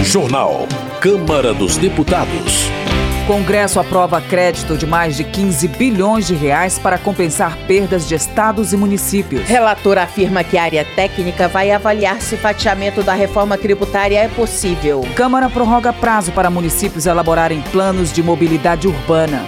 Regional. Câmara dos Deputados. Congresso aprova crédito de mais de 15 bilhões de reais para compensar perdas de estados e municípios. Relator afirma que a área técnica vai avaliar se fatiamento da reforma tributária é possível. Câmara prorroga prazo para municípios elaborarem planos de mobilidade urbana.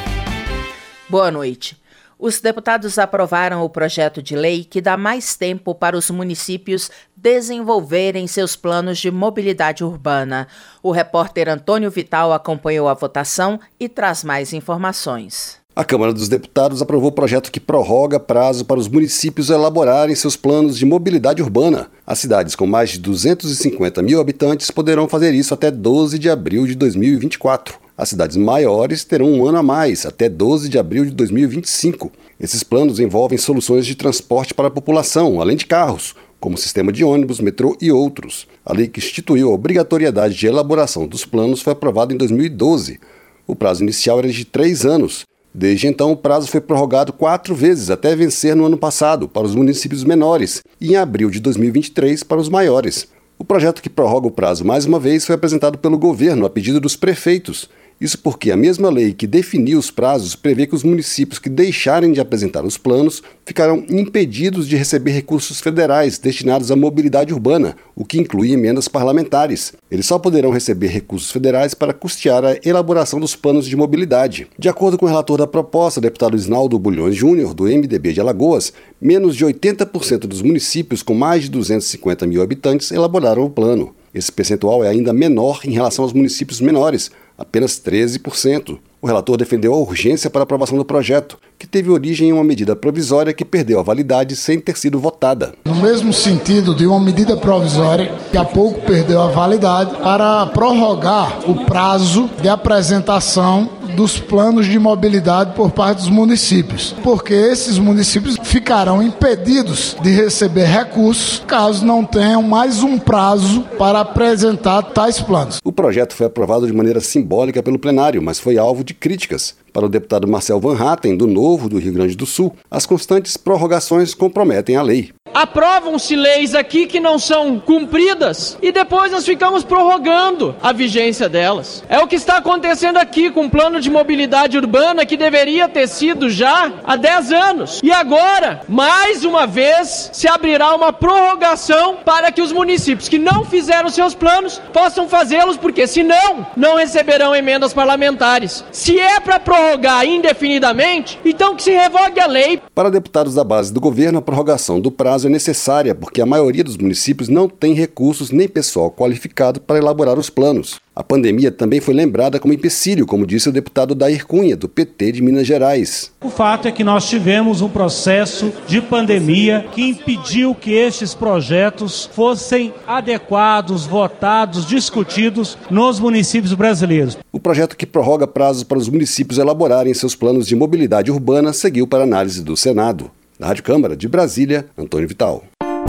Boa noite. Os deputados aprovaram o projeto de lei que dá mais tempo para os municípios desenvolverem seus planos de mobilidade urbana. O repórter Antônio Vital acompanhou a votação e traz mais informações. A Câmara dos Deputados aprovou o projeto que prorroga prazo para os municípios elaborarem seus planos de mobilidade urbana. As cidades com mais de 250 mil habitantes poderão fazer isso até 12 de abril de 2024. As cidades maiores terão um ano a mais, até 12 de abril de 2025. Esses planos envolvem soluções de transporte para a população, além de carros, como sistema de ônibus, metrô e outros. A lei que instituiu a obrigatoriedade de elaboração dos planos foi aprovada em 2012. O prazo inicial era de 3 anos. Desde então, o prazo foi prorrogado 4 vezes, até vencer no ano passado, para os municípios menores, e em abril de 2023 para os maiores. O projeto que prorroga o prazo mais uma vez foi apresentado pelo governo a pedido dos prefeitos. Isso porque a mesma lei que definiu os prazos prevê que os municípios que deixarem de apresentar os planos ficarão impedidos de receber recursos federais destinados à mobilidade urbana, o que inclui emendas parlamentares. Eles só poderão receber recursos federais para custear a elaboração dos planos de mobilidade. De acordo com o relator da proposta, deputado Isnaldo Bulhões Júnior, do MDB de Alagoas, menos de 80% dos municípios com mais de 250 mil habitantes elaboraram o plano. Esse percentual é ainda menor em relação aos municípios menores, apenas 13%. O relator defendeu a urgência para a aprovação do projeto, que teve origem em uma medida provisória que perdeu a validade sem ter sido votada. No mesmo sentido de uma medida provisória que há pouco perdeu a validade, para prorrogar o prazo de apresentação dos planos de mobilidade por parte dos municípios, porque esses municípios ficarão impedidos de receber recursos caso não tenham mais um prazo para apresentar tais planos. O projeto foi aprovado de maneira simbólica pelo plenário, mas foi alvo de críticas. Para o deputado Marcel Van Hatten, do Novo do Rio Grande do Sul, as constantes prorrogações comprometem a lei. Aprovam-se leis aqui que não são cumpridas e depois nós ficamos prorrogando a vigência delas. É o que está acontecendo aqui com o plano de mobilidade urbana que deveria ter sido já há 10 anos. E agora, mais uma vez, se abrirá uma prorrogação para que os municípios que não fizeram seus planos possam fazê-los, porque senão não receberão emendas parlamentares. Se é para prorrogar indefinidamente, então que se revogue a lei. Para deputados da base do governo, a prorrogação do prazo é necessária porque a maioria dos municípios não tem recursos nem pessoal qualificado para elaborar os planos. A pandemia também foi lembrada como empecilho, como disse o deputado Dair Cunha, do PT de Minas Gerais. O fato é que nós tivemos um processo de pandemia que impediu que estes projetos fossem adequados, votados, discutidos nos municípios brasileiros. O projeto que prorroga prazos para os municípios elaborarem seus planos de mobilidade urbana seguiu para análise do Senado. Da Rádio Câmara de Brasília, Antônio Vital.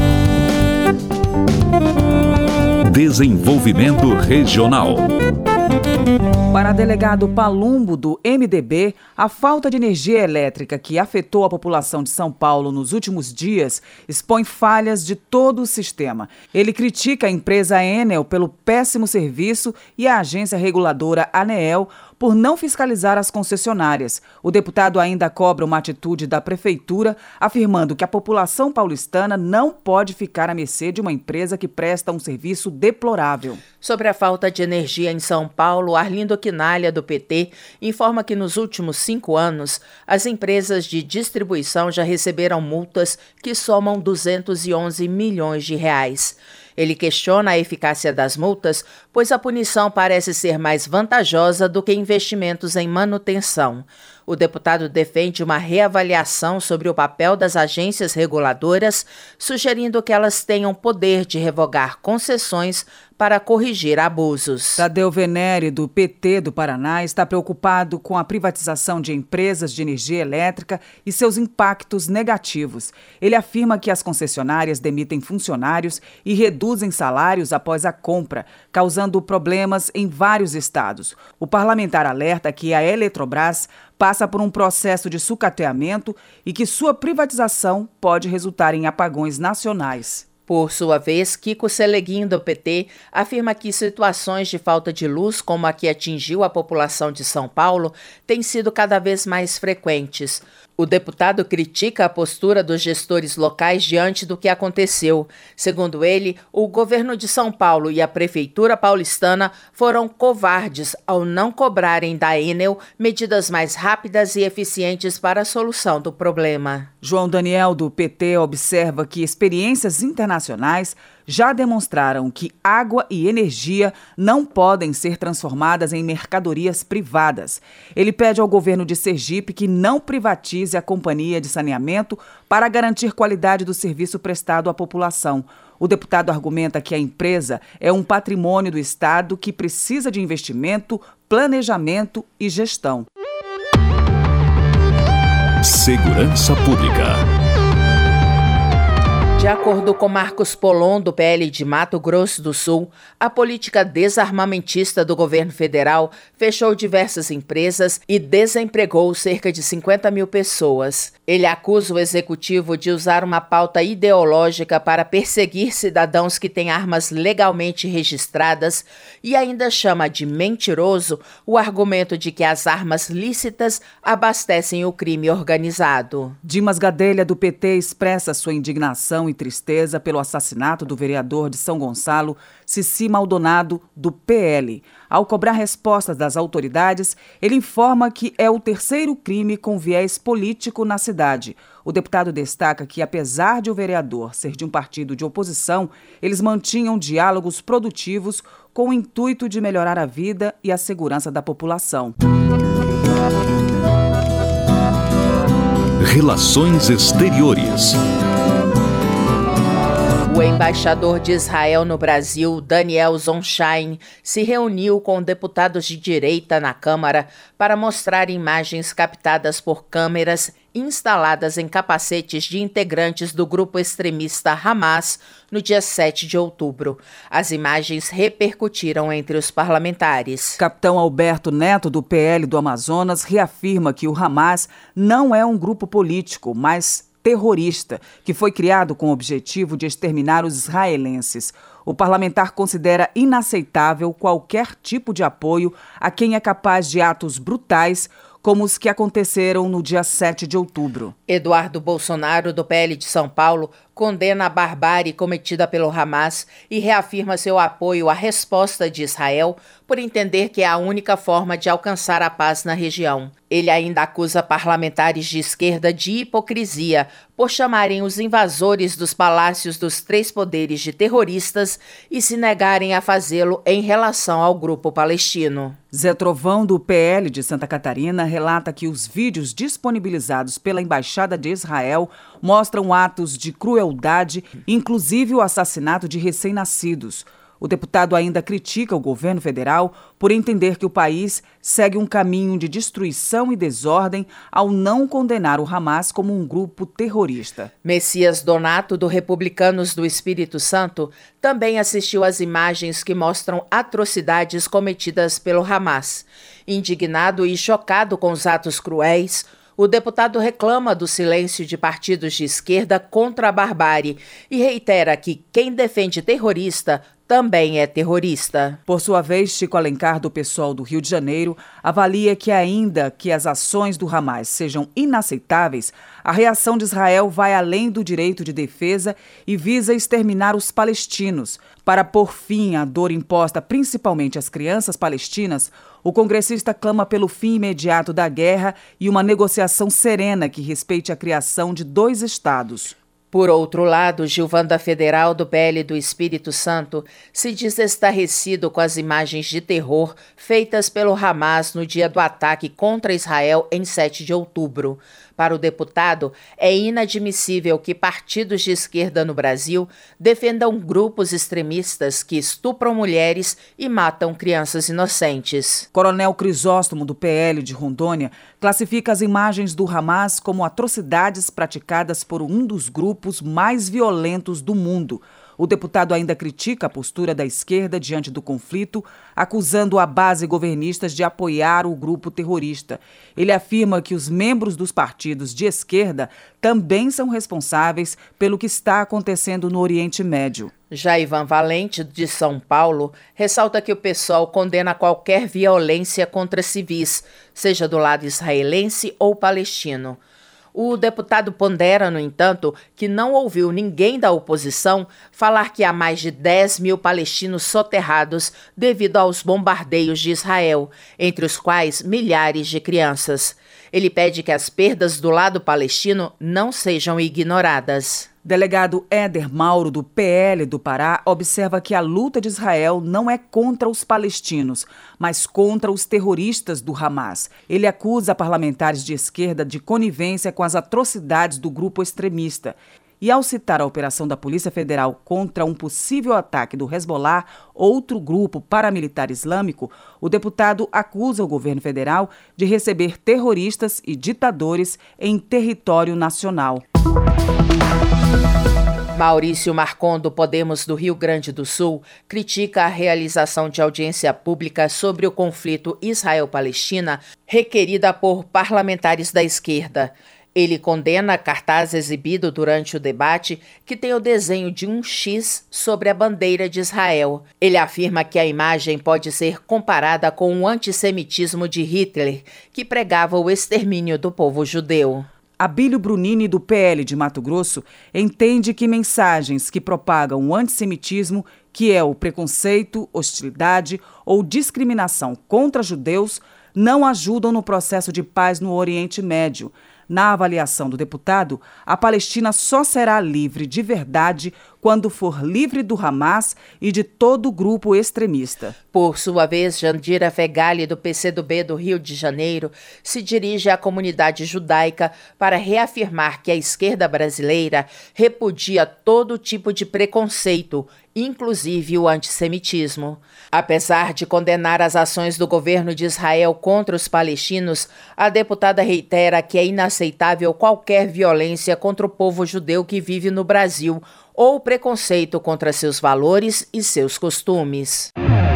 Desenvolvimento Regional. Para delegado Palumbo, do MDB, a falta de energia elétrica que afetou a população de São Paulo nos últimos dias expõe falhas de todo o sistema. Ele critica a empresa Enel pelo péssimo serviço e a agência reguladora ANEEL por não fiscalizar as concessionárias. O deputado ainda cobra uma atitude da prefeitura, afirmando que a população paulistana não pode ficar à mercê de uma empresa que presta um serviço deplorável. Sobre a falta de energia em São Paulo, Arlindo Quinalha, do PT, informa que nos últimos 5 anos, as empresas de distribuição já receberam multas que somam 211 milhões de reais. Ele questiona a eficácia das multas, pois a punição parece ser mais vantajosa do que investimentos em manutenção. O deputado defende uma reavaliação sobre o papel das agências reguladoras, sugerindo que elas tenham poder de revogar concessões para corrigir abusos. Tadeu Venere, do PT do Paraná, está preocupado com a privatização de empresas de energia elétrica e seus impactos negativos. Ele afirma que as concessionárias demitem funcionários e reduzem salários após a compra, causando problemas em vários estados. O parlamentar alerta que a Eletrobras passa por um processo de sucateamento e que sua privatização pode resultar em apagões nacionais. Por sua vez, Kiko Seleguin, do PT, afirma que situações de falta de luz, como a que atingiu a população de São Paulo, têm sido cada vez mais frequentes. O deputado critica a postura dos gestores locais diante do que aconteceu. Segundo ele, o governo de São Paulo e a prefeitura paulistana foram covardes ao não cobrarem da Enel medidas mais rápidas e eficientes para a solução do problema. João Daniel, do PT, observa que experiências internacionais já demonstraram que água e energia não podem ser transformadas em mercadorias privadas. Ele pede ao governo de Sergipe que não privatize a companhia de saneamento para garantir qualidade do serviço prestado à população. O deputado argumenta que a empresa é um patrimônio do Estado que precisa de investimento, planejamento e gestão. Segurança Pública. De acordo com Marcos Polon, do PL de Mato Grosso do Sul, a política desarmamentista do governo federal fechou diversas empresas e desempregou cerca de 50 mil pessoas. Ele acusa o executivo de usar uma pauta ideológica para perseguir cidadãos que têm armas legalmente registradas e ainda chama de mentiroso o argumento de que as armas lícitas abastecem o crime organizado. Dimas Gadelha, do PT, expressa sua indignação e tristeza pelo assassinato do vereador de São Gonçalo, Cici Maldonado, do PL. Ao cobrar respostas das autoridades, ele informa que é o terceiro crime com viés político na cidade. O deputado destaca que, apesar de o vereador ser de um partido de oposição, eles mantinham diálogos produtivos com o intuito de melhorar a vida e a segurança da população. Relações Exteriores. O embaixador de Israel no Brasil, Daniel Zonshine, se reuniu com deputados de direita na Câmara para mostrar imagens captadas por câmeras instaladas em capacetes de integrantes do grupo extremista Hamas no dia 7 de outubro. As imagens repercutiram entre os parlamentares. Capitão Alberto Neto, do PL do Amazonas, reafirma que o Hamas não é um grupo político, mas terrorista, que foi criado com o objetivo de exterminar os israelenses. O parlamentar considera inaceitável qualquer tipo de apoio a quem é capaz de atos brutais, como os que aconteceram no dia 7 de outubro. Eduardo Bolsonaro, do PL de São Paulo, condena a barbárie cometida pelo Hamas e reafirma seu apoio à resposta de Israel por entender que é a única forma de alcançar a paz na região. Ele ainda acusa parlamentares de esquerda de hipocrisia por chamarem os invasores dos palácios dos três poderes de terroristas e se negarem a fazê-lo em relação ao grupo palestino. Zé Trovão, do PL de Santa Catarina, relata que os vídeos disponibilizados pela Embaixada de Israel mostram atos de crueldade, inclusive o assassinato de recém-nascidos. O deputado ainda critica o governo federal por entender que o país segue um caminho de destruição e desordem ao não condenar o Hamas como um grupo terrorista. Messias Donato, do Republicanos do Espírito Santo, também assistiu às imagens que mostram atrocidades cometidas pelo Hamas. Indignado e chocado com os atos cruéis, o deputado reclama do silêncio de partidos de esquerda contra a barbárie e reitera que quem defende terrorista também é terrorista. Por sua vez, Chico Alencar, do PSOL do Rio de Janeiro, avalia que ainda que as ações do Hamas sejam inaceitáveis, a reação de Israel vai além do direito de defesa e visa exterminar os palestinos. Para pôr fim à dor imposta principalmente às crianças palestinas, o congressista clama pelo fim imediato da guerra e uma negociação serena que respeite a criação de 2 estados. Por outro lado, Gilvanda Federal, do PL do Espírito Santo, se diz estarrecido com as imagens de terror feitas pelo Hamas no dia do ataque contra Israel em 7 de outubro. Para o deputado, é inadmissível que partidos de esquerda no Brasil defendam grupos extremistas que estupram mulheres e matam crianças inocentes. Coronel Crisóstomo, do PL de Rondônia, classifica as imagens do Hamas como atrocidades praticadas por um dos grupos mais violentos do mundo. O deputado ainda critica a postura da esquerda diante do conflito, acusando a base governista de apoiar o grupo terrorista. Ele afirma que os membros dos partidos de esquerda também são responsáveis pelo que está acontecendo no Oriente Médio. Já Ivan Valente, de São Paulo, ressalta que o PSOL condena qualquer violência contra civis, seja do lado israelense ou palestino. O deputado pondera, no entanto, que não ouviu ninguém da oposição falar que há mais de 10 mil palestinos soterrados devido aos bombardeios de Israel, entre os quais milhares de crianças. Ele pede que as perdas do lado palestino não sejam ignoradas. Delegado Éder Mauro, do PL do Pará, observa que a luta de Israel não é contra os palestinos, mas contra os terroristas do Hamas. Ele acusa parlamentares de esquerda de conivência com as atrocidades do grupo extremista. E ao citar a operação da Polícia Federal contra um possível ataque do Hezbollah, outro grupo paramilitar islâmico, o deputado acusa o governo federal de receber terroristas e ditadores em território nacional. Maurício Marcon, do Podemos do Rio Grande do Sul, critica a realização de audiência pública sobre o conflito Israel-Palestina requerida por parlamentares da esquerda. Ele condena cartaz exibido durante o debate que tem o desenho de um X sobre a bandeira de Israel. Ele afirma que a imagem pode ser comparada com o antissemitismo de Hitler, que pregava o extermínio do povo judeu. Abílio Brunini, do PL de Mato Grosso, entende que mensagens que propagam o antissemitismo, que é o preconceito, hostilidade ou discriminação contra judeus, não ajudam no processo de paz no Oriente Médio. Na avaliação do deputado, a Palestina só será livre de verdade quando for livre do Hamas e de todo grupo extremista. Por sua vez, Jandira Fegali, do PCdoB do Rio de Janeiro, se dirige à comunidade judaica para reafirmar que a esquerda brasileira repudia todo tipo de preconceito, inclusive o antissemitismo. Apesar de condenar as ações do governo de Israel contra os palestinos, a deputada reitera que é inaceitável qualquer violência contra o povo judeu que vive no Brasil ou preconceito contra seus valores e seus costumes.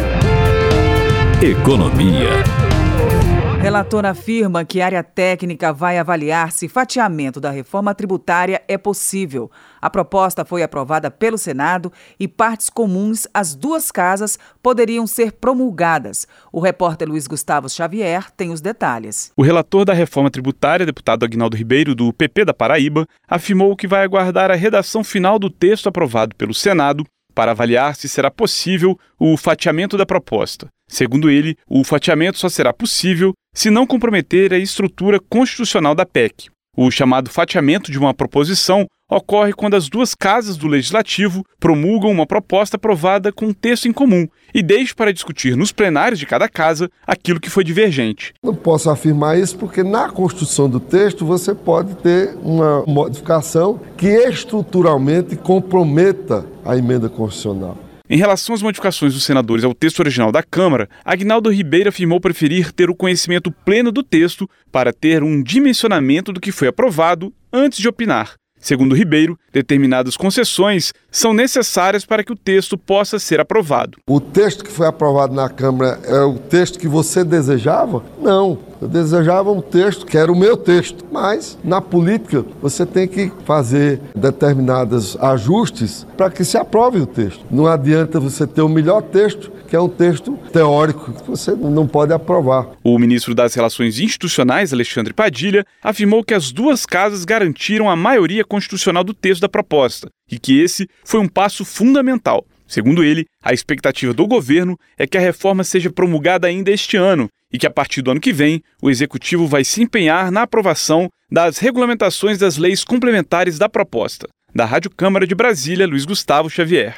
Economia. Relator afirma que a área técnica vai avaliar se fatiamento da reforma tributária é possível. A proposta foi aprovada pelo Senado e partes comuns às duas casas poderiam ser promulgadas. O repórter Luiz Gustavo Xavier tem os detalhes. O relator da reforma tributária, deputado Aguinaldo Ribeiro, do PP da Paraíba, afirmou que vai aguardar a redação final do texto aprovado pelo Senado para avaliar se será possível o fatiamento da proposta. Segundo ele, o fatiamento só será possível se não comprometer a estrutura constitucional da PEC. O chamado fatiamento de uma proposição ocorre quando as duas casas do Legislativo promulgam uma proposta aprovada com um texto em comum e deixam para discutir nos plenários de cada casa aquilo que foi divergente. Não posso afirmar isso porque na construção do texto você pode ter uma modificação que estruturalmente comprometa a emenda constitucional. Em relação às modificações dos senadores ao texto original da Câmara, Aguinaldo Ribeiro afirmou preferir ter o conhecimento pleno do texto para ter um dimensionamento do que foi aprovado antes de opinar. Segundo Ribeiro, determinadas concessões são necessárias para que o texto possa ser aprovado. O texto que foi aprovado na Câmara é o texto que você desejava? Não. Eu desejava um texto que era o meu texto. Mas, na política, você tem que fazer determinados ajustes para que se aprove o texto. Não adianta você ter o melhor texto, que é um texto teórico, que você não pode aprovar. O ministro das Relações Institucionais, Alexandre Padilha, afirmou que as duas casas garantiram a maioria constitucional do texto da proposta e que esse foi um passo fundamental. Segundo ele, a expectativa do governo é que a reforma seja promulgada ainda este ano e que, a partir do ano que vem, o Executivo vai se empenhar na aprovação das regulamentações das leis complementares da proposta. Da Rádio Câmara de Brasília, Luiz Gustavo Xavier.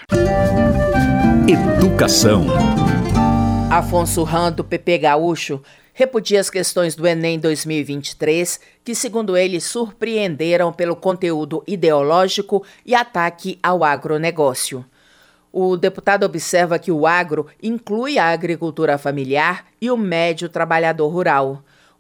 Educação. Afonso Ram, do PP Gaúcho, repudia as questões do Enem 2023, que, segundo ele, surpreenderam pelo conteúdo ideológico e ataque ao agronegócio. O deputado observa que o agro inclui a agricultura familiar e o médio trabalhador rural.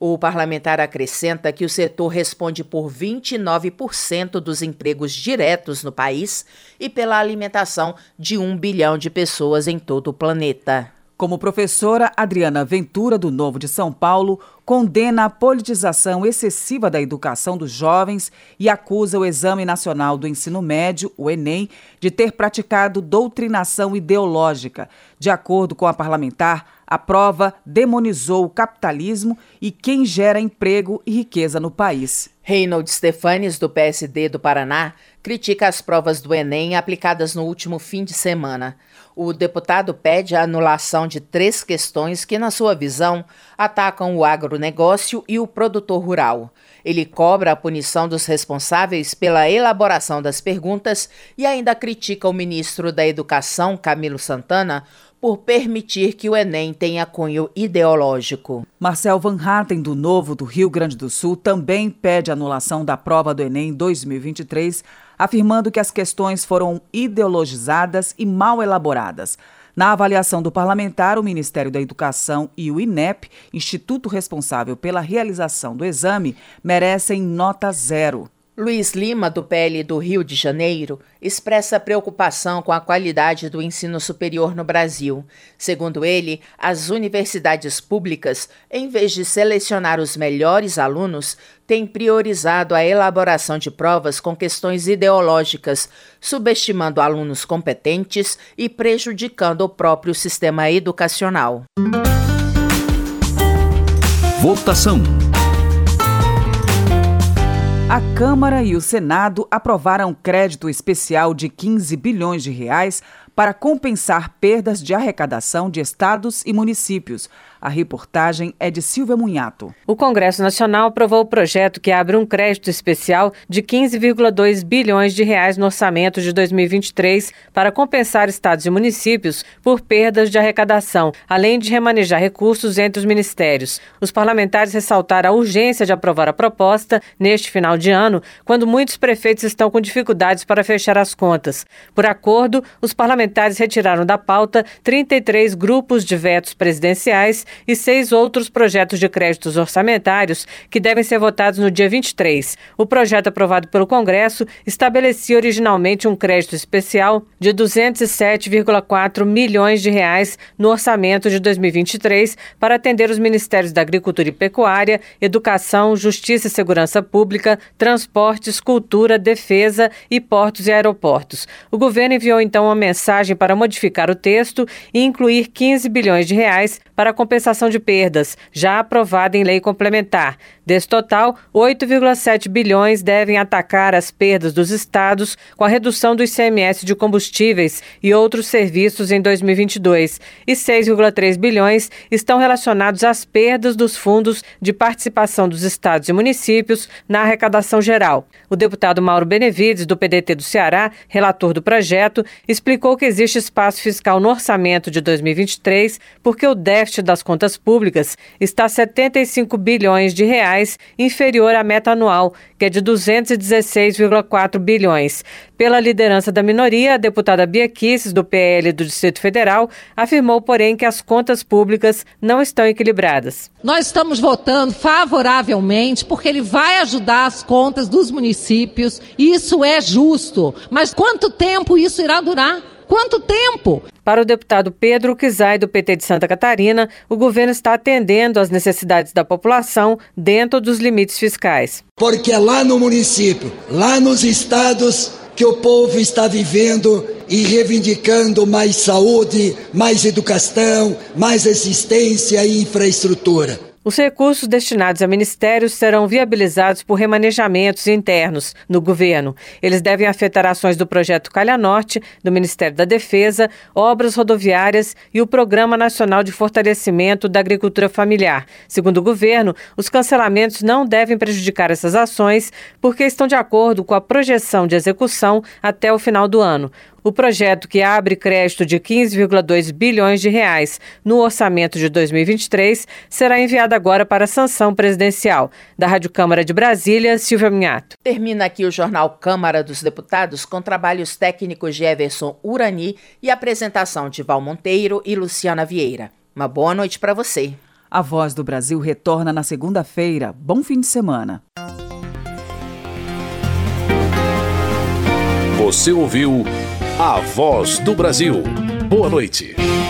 O parlamentar acrescenta que o setor responde por 29% dos empregos diretos no país e pela alimentação de 1 bilhão de pessoas em todo o planeta. Como professora, Adriana Ventura, do Novo de São Paulo, condena a politização excessiva da educação dos jovens e acusa o Exame Nacional do Ensino Médio, o Enem, de ter praticado doutrinação ideológica. De acordo com a parlamentar, a prova demonizou o capitalismo e quem gera emprego e riqueza no país. Reinhold Stefanes, do PSD do Paraná, critica as provas do Enem aplicadas no último fim de semana. O deputado pede a anulação de 3 questões que, na sua visão, atacam o agronegócio e o produtor rural. Ele cobra a punição dos responsáveis pela elaboração das perguntas e ainda critica o ministro da Educação, Camilo Santana, por permitir que o Enem tenha cunho ideológico. Marcel Van Hatten, do Novo do Rio Grande do Sul, também pede a anulação da prova do Enem 2023, afirmando que as questões foram ideologizadas e mal elaboradas. Na avaliação do parlamentar, o Ministério da Educação e o INEP, instituto responsável pela realização do exame, merecem nota 0. Luiz Lima, do PL do Rio de Janeiro, expressa preocupação com a qualidade do ensino superior no Brasil. Segundo ele, as universidades públicas, em vez de selecionar os melhores alunos, têm priorizado a elaboração de provas com questões ideológicas, subestimando alunos competentes e prejudicando o próprio sistema educacional. Votação. A Câmara e o Senado aprovaram crédito especial de 15 bilhões de reais para compensar perdas de arrecadação de estados e municípios. A reportagem é de Silvia Munhato. O Congresso Nacional aprovou o projeto que abre um crédito especial de 15,2 bilhões de reais no orçamento de 2023 para compensar estados e municípios por perdas de arrecadação, além de remanejar recursos entre os ministérios. Os parlamentares ressaltaram a urgência de aprovar a proposta neste final de ano, quando muitos prefeitos estão com dificuldades para fechar as contas. Por acordo, os parlamentares retiraram da pauta 33 grupos de vetos presidenciais e 6 outros projetos de créditos orçamentários que devem ser votados no dia 23. O projeto aprovado pelo Congresso estabelecia originalmente um crédito especial de 207,4 milhões de reais no orçamento de 2023 para atender os Ministérios da Agricultura e Pecuária, Educação, Justiça e Segurança Pública, Transportes, Cultura, Defesa e Portos e Aeroportos. O governo enviou então uma mensagem para modificar o texto e incluir 15 bilhões de reais para compensação de perdas, já aprovada em lei complementar. Desse total, 8,7 bilhões devem atacar as perdas dos estados com a redução do ICMS de combustíveis e outros serviços em 2022. E 6,3 bilhões estão relacionados às perdas dos fundos de participação dos estados e municípios na arrecadação geral. O deputado Mauro Benevides, do PDT do Ceará, relator do projeto, explicou que existe espaço fiscal no orçamento de 2023 porque o déficit das contas públicas está 75 bilhões de reais, inferior à meta anual, que é de 216,4 bilhões. Pela liderança da minoria, a deputada Bia Kicis, do PL do Distrito Federal, afirmou, porém, que as contas públicas não estão equilibradas. Nós estamos votando favoravelmente porque ele vai ajudar as contas dos municípios, e isso é justo. Mas quanto tempo isso irá durar? Quanto tempo? Para o deputado Pedro Kizai, do PT de Santa Catarina, o governo está atendendo às necessidades da população dentro dos limites fiscais. Porque é lá no município, lá nos estados, que o povo está vivendo e reivindicando mais saúde, mais educação, mais assistência e infraestrutura. Os recursos destinados a ministérios serão viabilizados por remanejamentos internos no governo. Eles devem afetar ações do Projeto Calha Norte, do Ministério da Defesa, obras rodoviárias e o Programa Nacional de Fortalecimento da Agricultura Familiar. Segundo o governo, os cancelamentos não devem prejudicar essas ações porque estão de acordo com a projeção de execução até o final do ano. O projeto, que abre crédito de 15,2 bilhões de reais no orçamento de 2023, será enviado agora para a sanção presidencial. Da Rádio Câmara de Brasília, Silvia Munhato. Termina aqui o Jornal Câmara dos Deputados com trabalhos técnicos de Everson Urani e apresentação de Val Monteiro e Luciana Vieira. Uma boa noite para você. A Voz do Brasil retorna na segunda-feira. Bom fim de semana. Você ouviu A Voz do Brasil. Boa noite.